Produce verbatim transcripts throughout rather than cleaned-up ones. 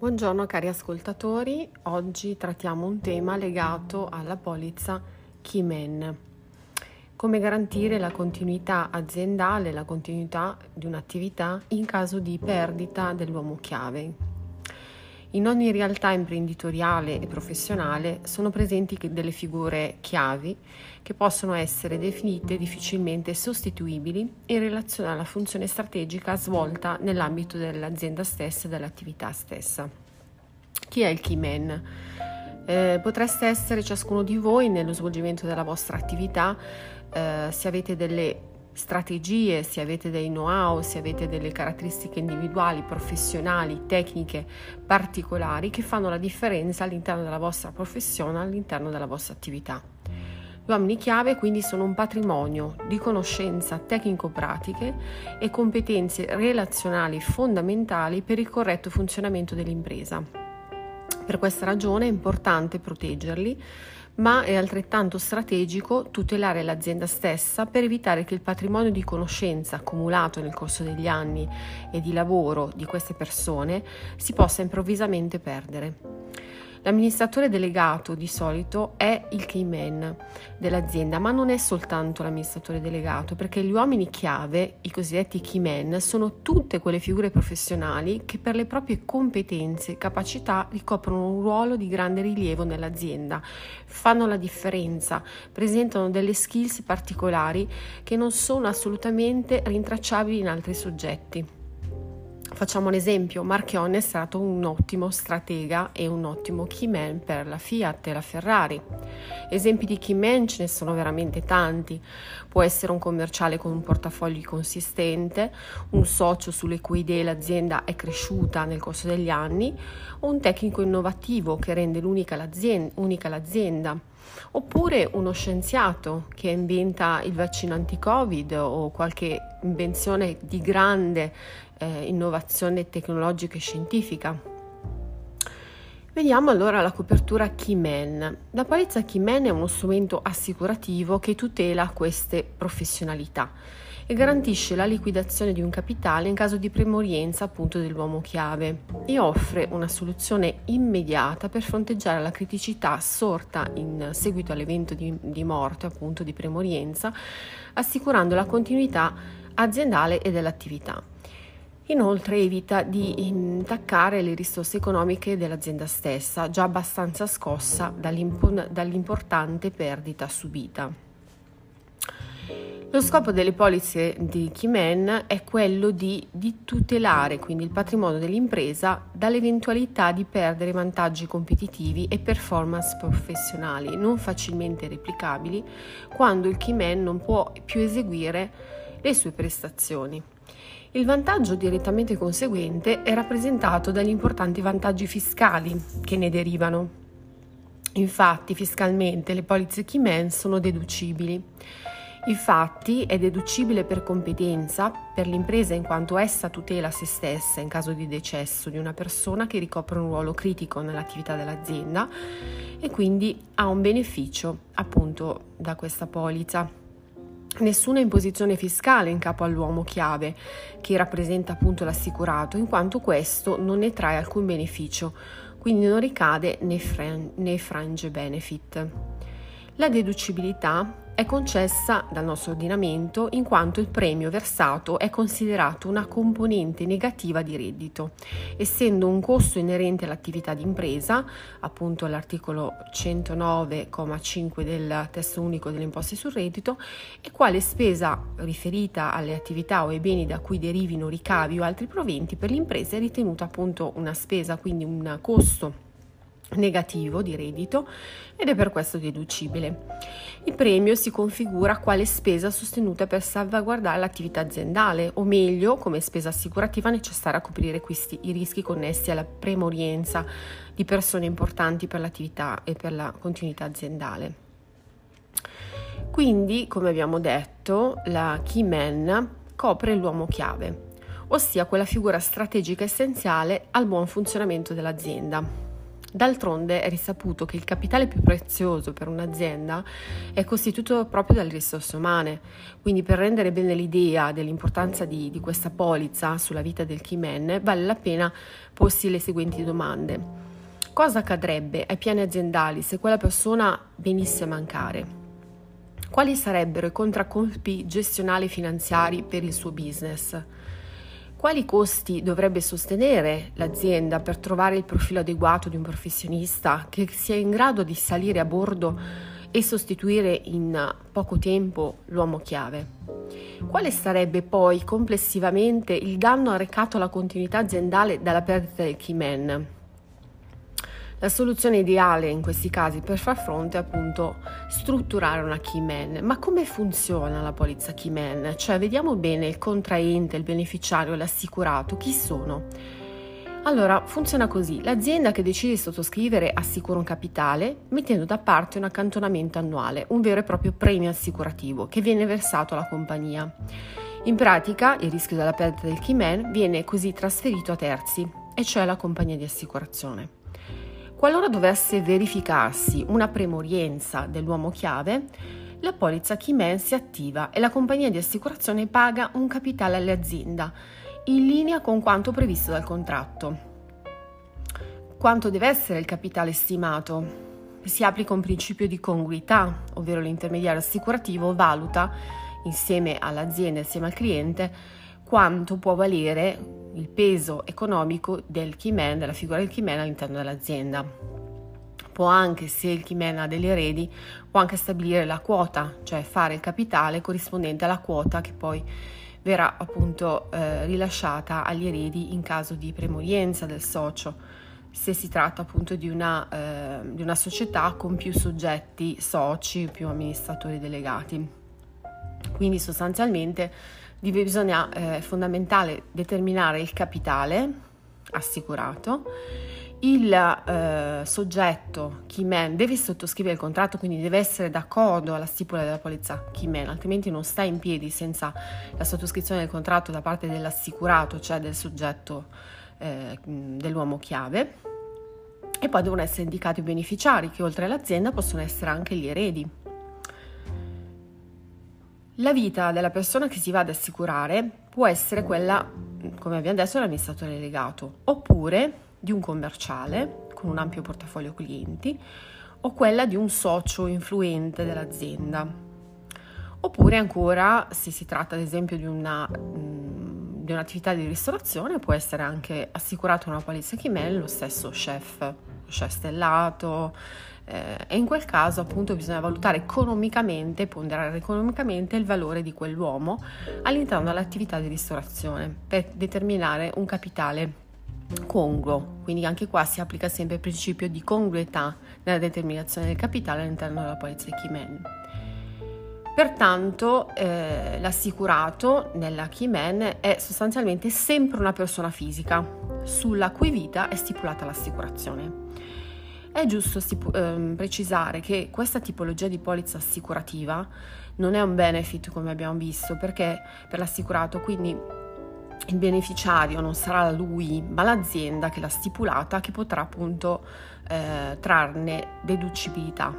Buongiorno cari ascoltatori, oggi trattiamo un tema legato alla polizza Keyman. Come garantire la continuità aziendale, la continuità di un'attività in caso di perdita dell'uomo chiave. In ogni realtà imprenditoriale e professionale sono presenti delle figure chiavi che possono essere definite difficilmente sostituibili in relazione alla funzione strategica svolta nell'ambito dell'azienda stessa e dell'attività stessa. Chi è il Keyman? Eh, potreste essere ciascuno di voi nello svolgimento della vostra attività, eh, se avete delle strategie, se avete dei know-how, se avete delle caratteristiche individuali, professionali, tecniche particolari che fanno la differenza all'interno della vostra professione, all'interno della vostra attività. Gli uomini chiave quindi sono un patrimonio di conoscenza tecnico-pratiche e competenze relazionali fondamentali per il corretto funzionamento dell'impresa. Per questa ragione è importante proteggerli, ma è altrettanto strategico tutelare l'azienda stessa per evitare che il patrimonio di conoscenza accumulato nel corso degli anni e di lavoro di queste persone si possa improvvisamente perdere. L'amministratore delegato di solito è il Keyman dell'azienda, ma non è soltanto l'amministratore delegato, perché gli uomini chiave, i cosiddetti Keyman, sono tutte quelle figure professionali che per le proprie competenze e capacità ricoprono un ruolo di grande rilievo nell'azienda, fanno la differenza, presentano delle skills particolari che non sono assolutamente rintracciabili in altri soggetti. Facciamo un esempio: Marchionne è stato un ottimo stratega e un ottimo Keyman per la Fiat e la Ferrari. Esempi di Keyman ce ne sono veramente tanti. Può essere un commerciale con un portafoglio consistente, un socio sulle cui idee l'azienda è cresciuta nel corso degli anni, o un tecnico innovativo che rende l'unica l'azienda, unica l'azienda. Oppure uno scienziato che inventa il vaccino anti-Covid o qualche invenzione di grande eh, innovazione tecnologica e scientifica. Vediamo allora la copertura Keyman. La polizza Keyman è uno strumento assicurativo che tutela queste professionalità e garantisce la liquidazione di un capitale in caso di premorienza appunto dell'uomo chiave e offre una soluzione immediata per fronteggiare la criticità sorta in seguito all'evento di, di morte appunto di premorienza, assicurando la continuità aziendale e dell'attività. Inoltre evita di intaccare le risorse economiche dell'azienda stessa, già abbastanza scossa dall'importante perdita subita. Lo scopo delle polizze di Keyman è quello di, di tutelare quindi il patrimonio dell'impresa dall'eventualità di perdere vantaggi competitivi e performance professionali non facilmente replicabili quando il Keyman non può più eseguire le sue prestazioni. Il vantaggio direttamente conseguente è rappresentato dagli importanti vantaggi fiscali che ne derivano. Infatti, fiscalmente le polizze Keyman sono deducibili. Infatti è deducibile per competenza per l'impresa in quanto essa tutela se stessa in caso di decesso di una persona che ricopre un ruolo critico nell'attività dell'azienda e quindi ha un beneficio appunto da questa polizza. Nessuna imposizione fiscale in capo all'uomo chiave che rappresenta appunto l'assicurato, in quanto questo non ne trae alcun beneficio, quindi non ricade nei, fran- nei fringe benefit. La deducibilità è concessa dal nostro ordinamento in quanto il premio versato è considerato una componente negativa di reddito, essendo un costo inerente all'attività di impresa, appunto l'articolo centonove comma cinque del testo unico delle imposte sul reddito, e quale spesa riferita alle attività o ai beni da cui derivino ricavi o altri proventi per l'impresa è ritenuta appunto una spesa, quindi un costo negativo di reddito ed è per questo deducibile. Il premio si configura quale spesa sostenuta per salvaguardare l'attività aziendale, o meglio come spesa assicurativa necessaria a coprire questi, i rischi connessi alla premorienza di persone importanti per l'attività e per la continuità aziendale. Quindi, come abbiamo detto, la Keyman copre l'uomo chiave, ossia quella figura strategica essenziale al buon funzionamento dell'azienda. D'altronde è risaputo che il capitale più prezioso per un'azienda è costituito proprio dalle risorse umane, quindi per rendere bene l'idea dell'importanza di, di questa polizza sulla vita del key man vale la pena porsi le seguenti domande. Cosa accadrebbe ai piani aziendali se quella persona venisse a mancare? Quali sarebbero i contraccolpi gestionali e finanziari per il suo business? Quali costi dovrebbe sostenere l'azienda per trovare il profilo adeguato di un professionista che sia in grado di salire a bordo e sostituire in poco tempo l'uomo chiave? Quale sarebbe poi complessivamente il danno arrecato alla continuità aziendale dalla perdita del key man? La soluzione ideale in questi casi per far fronte è appunto strutturare una key man. Ma come funziona la polizza key man? Cioè vediamo bene il contraente, il beneficiario, l'assicurato, chi sono? Allora funziona così: l'azienda che decide di sottoscrivere assicura un capitale mettendo da parte un accantonamento annuale, un vero e proprio premio assicurativo che viene versato alla compagnia. In pratica il rischio della perdita del key man viene così trasferito a terzi, e cioè alla compagnia di assicurazione. Qualora dovesse verificarsi una premorienza dell'uomo chiave, la polizza key man si attiva e la compagnia di assicurazione paga un capitale all'azienda, in linea con quanto previsto dal contratto. Quanto deve essere il capitale stimato? Si applica un principio di congruità, ovvero l'intermediario assicurativo valuta, insieme all'azienda e insieme al cliente, quanto può valere il peso economico del key man, della figura del key man all'interno dell'azienda. Può anche, se il key man ha degli eredi, può anche stabilire la quota, cioè fare il capitale corrispondente alla quota che poi verrà appunto eh, rilasciata agli eredi in caso di premorienza del socio, se si tratta appunto di una, eh, di una società con più soggetti soci, più amministratori delegati. Quindi sostanzialmente bisogna, eh, è fondamentale determinare il capitale assicurato, il eh, soggetto key man deve sottoscrivere il contratto, quindi deve essere d'accordo alla stipula della polizza key man, altrimenti non sta in piedi senza la sottoscrizione del contratto da parte dell'assicurato, cioè del soggetto eh, dell'uomo chiave. E poi devono essere indicati i beneficiari, che oltre all'azienda possono essere anche gli eredi. La vita della persona che si va ad assicurare può essere quella, come abbiamo detto, dell'amministratore delegato, oppure di un commerciale con un ampio portafoglio clienti, o quella di un socio influente dell'azienda. Oppure ancora, se si tratta ad esempio di una mh, di un'attività di ristorazione, può essere anche assicurato una polizza key man lo stesso chef, lo chef stellato. Eh, e in quel caso appunto bisogna valutare economicamente, ponderare economicamente il valore di quell'uomo all'interno dell'attività di ristorazione per determinare un capitale congruo. Quindi anche qua si applica sempre il principio di congruità nella determinazione del capitale all'interno della polizza key man. Pertanto eh, l'assicurato nella key man è sostanzialmente sempre una persona fisica sulla cui vita è stipulata l'assicurazione. È giusto stipu- ehm, precisare che questa tipologia di polizza assicurativa non è un benefit, come abbiamo visto, perché per l'assicurato quindi il beneficiario non sarà lui ma l'azienda che l'ha stipulata, che potrà appunto eh, trarne deducibilità.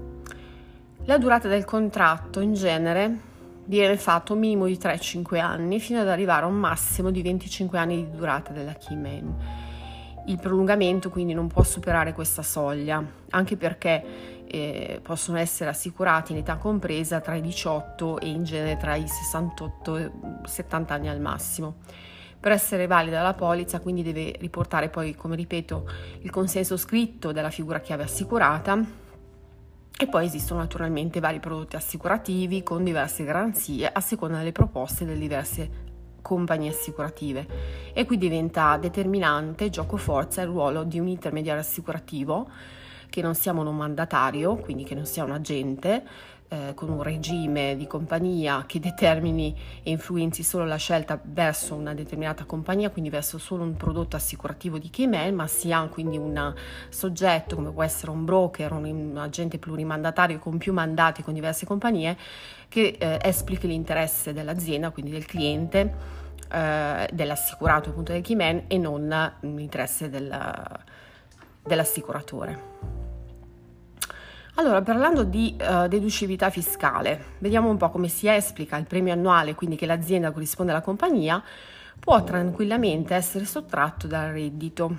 La durata del contratto in genere viene fatto un minimo di tre cinque anni fino ad arrivare a un massimo di venticinque anni di durata della key man. Il prolungamento quindi non può superare questa soglia, anche perché eh, possono essere assicurati in età compresa tra i diciotto e in genere tra i sessantotto e settanta anni al massimo. Per essere valida la polizza quindi deve riportare poi, come ripeto, il consenso scritto della figura chiave assicurata, e poi esistono naturalmente vari prodotti assicurativi con diverse garanzie a seconda delle proposte delle diverse compagnie assicurative, e qui diventa determinante gioco forza il ruolo di un intermediario assicurativo che non sia monomandatario, quindi che non sia un agente eh, con un regime di compagnia che determini e influenzi solo la scelta verso una determinata compagnia, quindi verso solo un prodotto assicurativo di key man, ma sia quindi un soggetto come può essere un broker, un, un agente plurimandatario con più mandati con diverse compagnie, che eh, esplichi l'interesse dell'azienda, quindi del cliente, eh, dell'assicurato appunto del key man, e non l'interesse del, dell'assicuratore. Allora, parlando di uh, deducibilità fiscale, vediamo un po' come si esplica il premio annuale, quindi che l'azienda corrisponde alla compagnia, può tranquillamente essere sottratto dal reddito.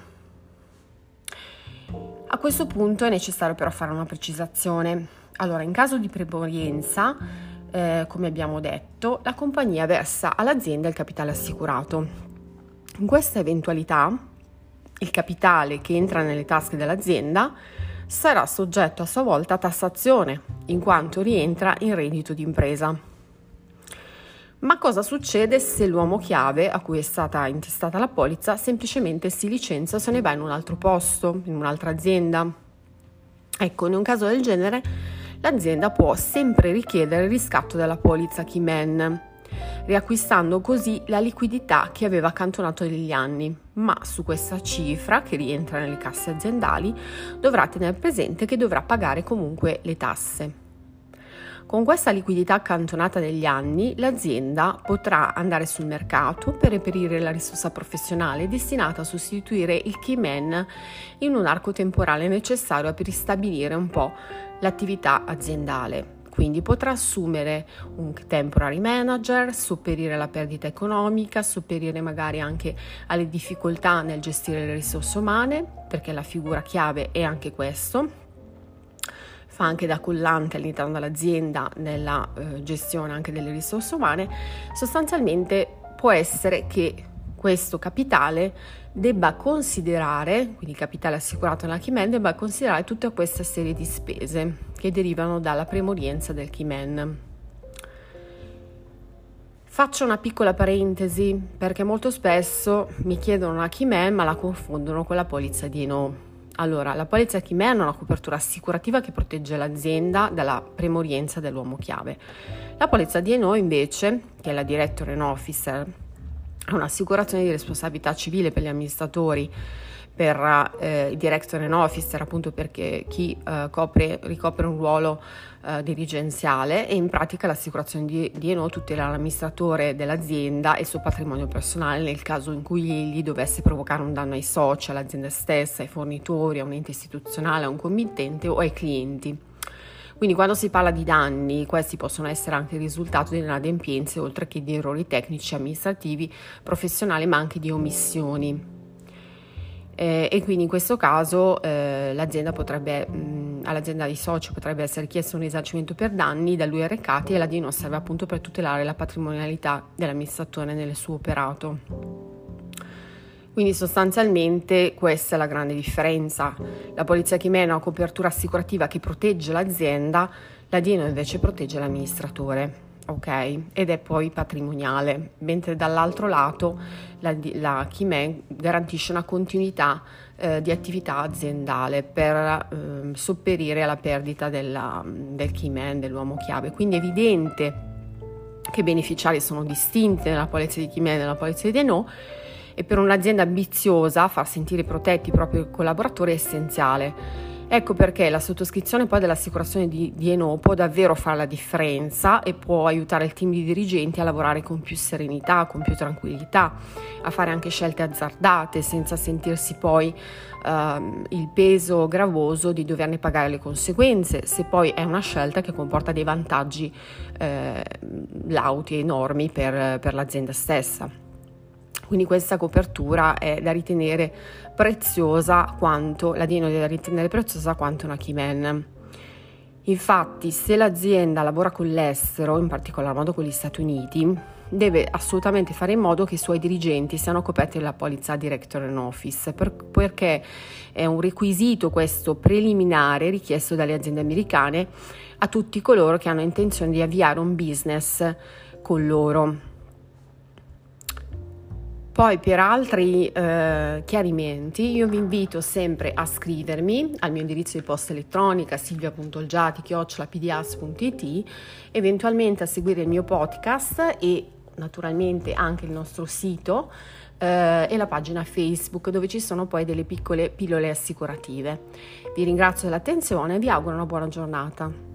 A questo punto è necessario però fare una precisazione. Allora, in caso di premorienza, eh, come abbiamo detto, la compagnia versa all'azienda il capitale assicurato. In questa eventualità, il capitale che entra nelle tasche dell'azienda sarà soggetto a sua volta a tassazione, in quanto rientra in reddito d'impresa. Ma cosa succede se l'uomo chiave a cui è stata intestata la polizza semplicemente si licenzia o se ne va in un altro posto, in un'altra azienda? Ecco, in un caso del genere l'azienda può sempre richiedere il riscatto della polizza Keyman, riacquistando così la liquidità che aveva accantonato negli anni, ma su questa cifra, che rientra nelle casse aziendali, dovrà tenere presente che dovrà pagare comunque le tasse. Con questa liquidità accantonata negli anni, l'azienda potrà andare sul mercato per reperire la risorsa professionale destinata a sostituire il Keyman in un arco temporale necessario per ristabilire un po' l'attività aziendale. Quindi potrà assumere un temporary manager, sopperire alla perdita economica, sopperire magari anche alle difficoltà nel gestire le risorse umane, perché la figura chiave è anche questo. Fa anche da collante all'interno dell'azienda nella eh, gestione anche delle risorse umane. Sostanzialmente può essere che questo capitale debba considerare, quindi il capitale assicurato nella Keyman, debba considerare tutta questa serie di spese che derivano dalla premorienza del Keyman. Faccio una piccola parentesi perché molto spesso mi chiedono la Keyman ma la confondono con la polizza D and O. Allora, la polizza Keyman è una copertura assicurativa che protegge l'azienda dalla premorienza dell'uomo chiave. La polizza D and O invece, che è la Director and Officer, è un'assicurazione di responsabilità civile per gli amministratori, per eh, i Director and Officer, appunto perché chi eh, copre, ricopre un ruolo eh, dirigenziale, e in pratica l'assicurazione di D and O tutela l'amministratore dell'azienda e il suo patrimonio personale nel caso in cui gli dovesse provocare un danno ai soci, all'azienda stessa, ai fornitori, a un ente istituzionale, a un committente o ai clienti. Quindi quando si parla di danni, questi possono essere anche il risultato di inadempienze, oltre che di errori tecnici, amministrativi, professionali, ma anche di omissioni. Eh, e quindi in questo caso eh, l'azienda potrebbe, mh, all'azienda di socio potrebbe essere chiesto un risarcimento per danni da lui arrecati, e la D and O serve appunto per tutelare la patrimonialità dell'amministratore nel suo operato. Quindi sostanzialmente questa è la grande differenza. La polizia Keyman ha una copertura assicurativa che protegge l'azienda, la D and O invece protegge l'amministratore, ok? Ed è poi patrimoniale, mentre dall'altro lato la, la Keyman garantisce una continuità eh, di attività aziendale per eh, sopperire alla perdita della, del Keyman, dell'uomo chiave. Quindi è evidente che i beneficiari sono distinti nella polizia di Keyman e nella polizia di D and O, e per un'azienda ambiziosa far sentire protetti i propri collaboratori è essenziale. Ecco perché la sottoscrizione poi dell'assicurazione di D and O può davvero fare la differenza e può aiutare il team di dirigenti a lavorare con più serenità, con più tranquillità, a fare anche scelte azzardate senza sentirsi poi ehm, il peso gravoso di doverne pagare le conseguenze, se poi è una scelta che comporta dei vantaggi eh, lauti e enormi per, per l'azienda stessa. Quindi questa copertura è da ritenere preziosa quanto, la D and O è da ritenere preziosa quanto una Keyman. Infatti, se l'azienda lavora con l'estero, in particolar modo con gli Stati Uniti, deve assolutamente fare in modo che i suoi dirigenti siano coperti dalla polizza Director and Office, per, perché è un requisito questo preliminare richiesto dalle aziende americane a tutti coloro che hanno intenzione di avviare un business con loro. Poi per altri eh, chiarimenti io vi invito sempre a scrivermi al mio indirizzo di posta elettronica silvia punto olgiati chiocciola p d a s punto i t, eventualmente a seguire il mio podcast e naturalmente anche il nostro sito eh, e la pagina Facebook, dove ci sono poi delle piccole pillole assicurative. Vi ringrazio dell'attenzione e vi auguro una buona giornata.